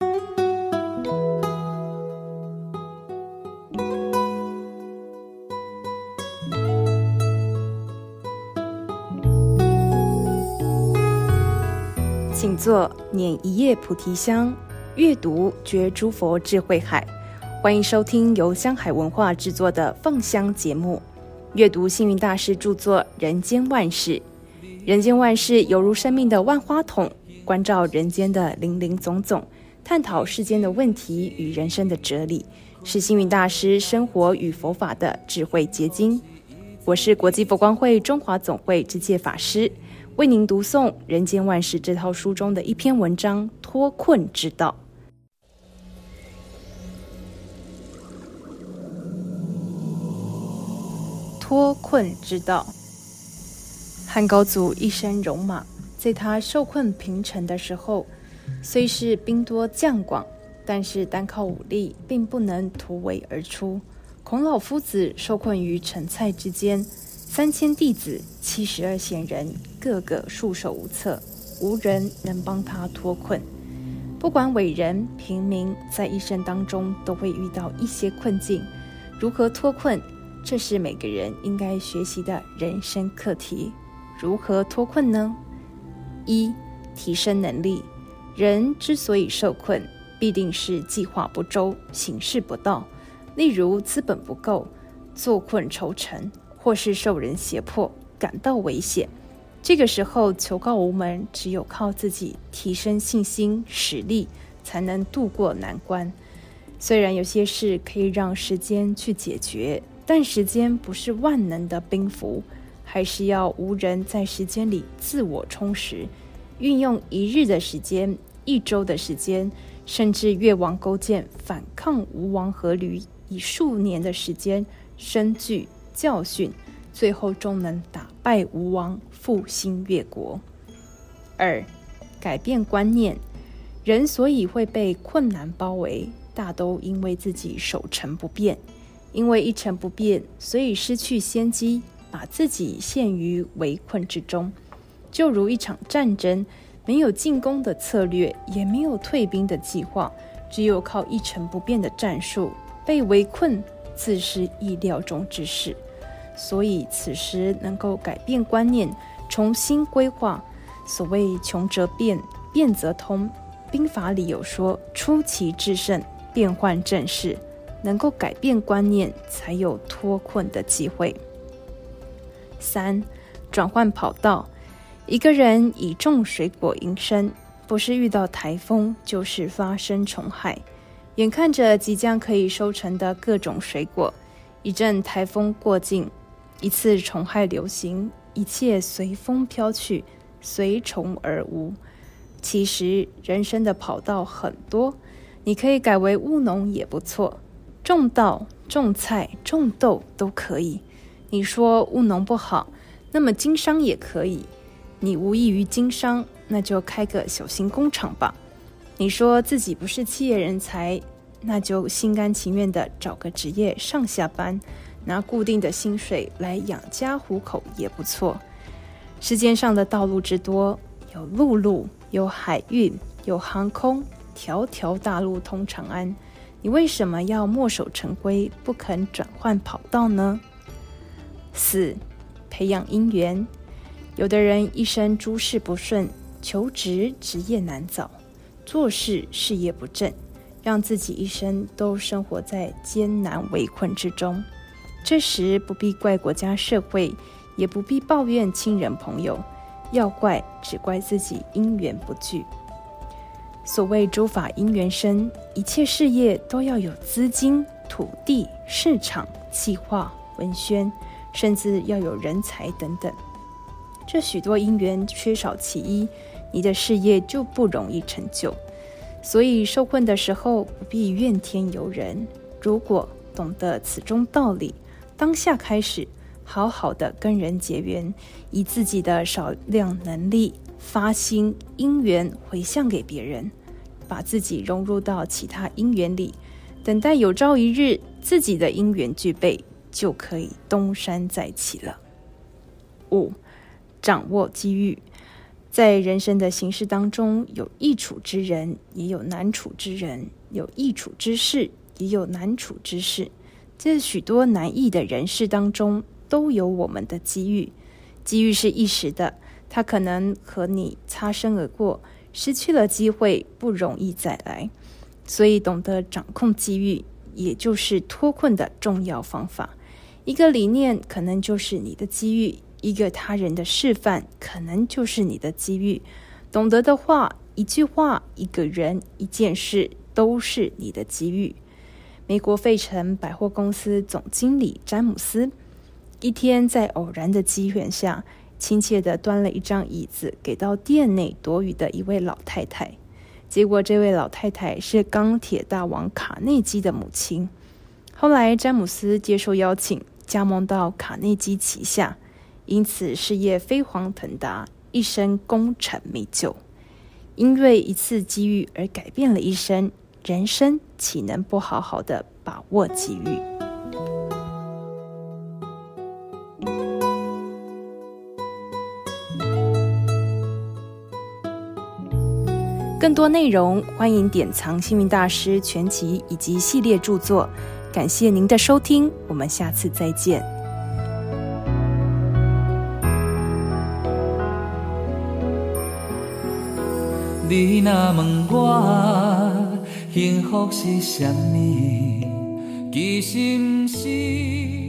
请坐，捻一叶菩提香，阅读觉诸佛智慧海。欢迎收听由香海文化制作的放香节目，阅读星云大师著作《人间万事》。人间万事犹如生命的万花筒，关照人间的林林总总，探讨世间的问题与人生的哲理，是星云大师生活与佛法的智慧结晶。我是国际佛光会中华总会知戒法师，为您读诵《人间万事》这套书中的一篇文章《脱困之道》。脱困之道。汉高祖一身戎马，在他受困平城的时候，虽是兵多将广，但是单靠武力并不能突围而出。孔老夫子受困于陈蔡之间，3000弟子72贤人，个个束手无策，无人能帮他脱困。不管伟人平民，在一生当中都会遇到一些困境，如何脱困，这是每个人应该学习的人生课题。如何脱困呢？1. 提升能力。人之所以受困，必定是计划不周，行事不当，例如资本不够，坐困愁城，或是受人胁迫，感到危险。这个时候求告无门，只有靠自己提升信心实力，才能度过难关。虽然有些事可以让时间去解决，但时间不是万能的兵符，还是要无人在时间里自我充实，运用1日的时间、1周的时间，甚至越王勾践反抗吴王阖闾，以数年的时间深具教训，最后终能打败吴王，复兴越国。2. 改变观念。人所以会被困难包围，大都因为自己守成不变，因为一成不变，所以失去先机，把自己陷于围困之中。就如一场战争，没有进攻的策略，也没有退兵的计划，只有靠一成不变的战术，被围困自是意料中之事。所以此时能够改变观念，重新规划。所谓穷则变，变则通。兵法里有说，出奇制胜，变换阵势，能够改变观念，才有脱困的机会。3. 转换跑道。一个人以种水果营生，不是遇到台风，就是发生虫害。眼看着即将可以收成的各种水果，一阵台风过境，一次虫害流行，一切随风飘去，随虫而无。其实人生的跑道很多，你可以改为务农也不错，种稻、种菜、种豆都可以。你说务农不好，那么经商也可以。你无异于经商，那就开个小型工厂吧。你说自己不是企业人才，那就心甘情愿地找个职业上下班，拿固定的薪水来养家糊口也不错。世间上的道路之多，有陆路，有海运，有航空，条条大路通长安。你为什么要墨守成规，不肯转换跑道呢？4. 培养因缘。有的人一生诸事不顺，求职职业难找，做事事业不正，让自己一生都生活在艰难围困之中。这时不必怪国家社会，也不必抱怨亲人朋友，要怪只怪自己因缘不具。所谓诸法因缘生，一切事业都要有资金、土地、市场、企划、文宣，甚至要有人才等等。这许多因缘缺少其一，你的事业就不容易成就。所以受困的时候不必怨天尤人，如果懂得此中道理，当下开始好好的跟人结缘，以自己的少量能力发心因缘回向给别人，把自己融入到其他因缘里，等待有朝一日自己的因缘具备，就可以东山再起了。5. 掌握机遇。 在人生的形式当中，有易处之人，也有难处之人；有易处之事，也有难处之事。这许多难易的人事当中，都有我们的机遇。机遇是一时的，它可能和你擦身而过，失去了机会，不容易再来。所以懂得掌控机遇，也就是脱困的重要方法。一个理念可能就是你的机遇，一个他人的示范可能就是你的机遇。懂得的话，一句话，一个人，一件事，都是你的机遇。美国费城百货公司总经理詹姆斯一天在偶然的机缘下，亲切地端了一张椅子给到店内躲雨的一位老太太。结果这位老太太是钢铁大王卡内基的母亲。后来詹姆斯接受邀请，加盟到卡内基旗下，因此事业飞黄腾达，一生功成名就。因为一次机遇而改变了一生，人生岂能不好好的把握机遇？更多内容欢迎典藏星云大师全集以及系列著作。感谢您的收听，我们下次再见。 你若问我幸福是啥物，其实不是。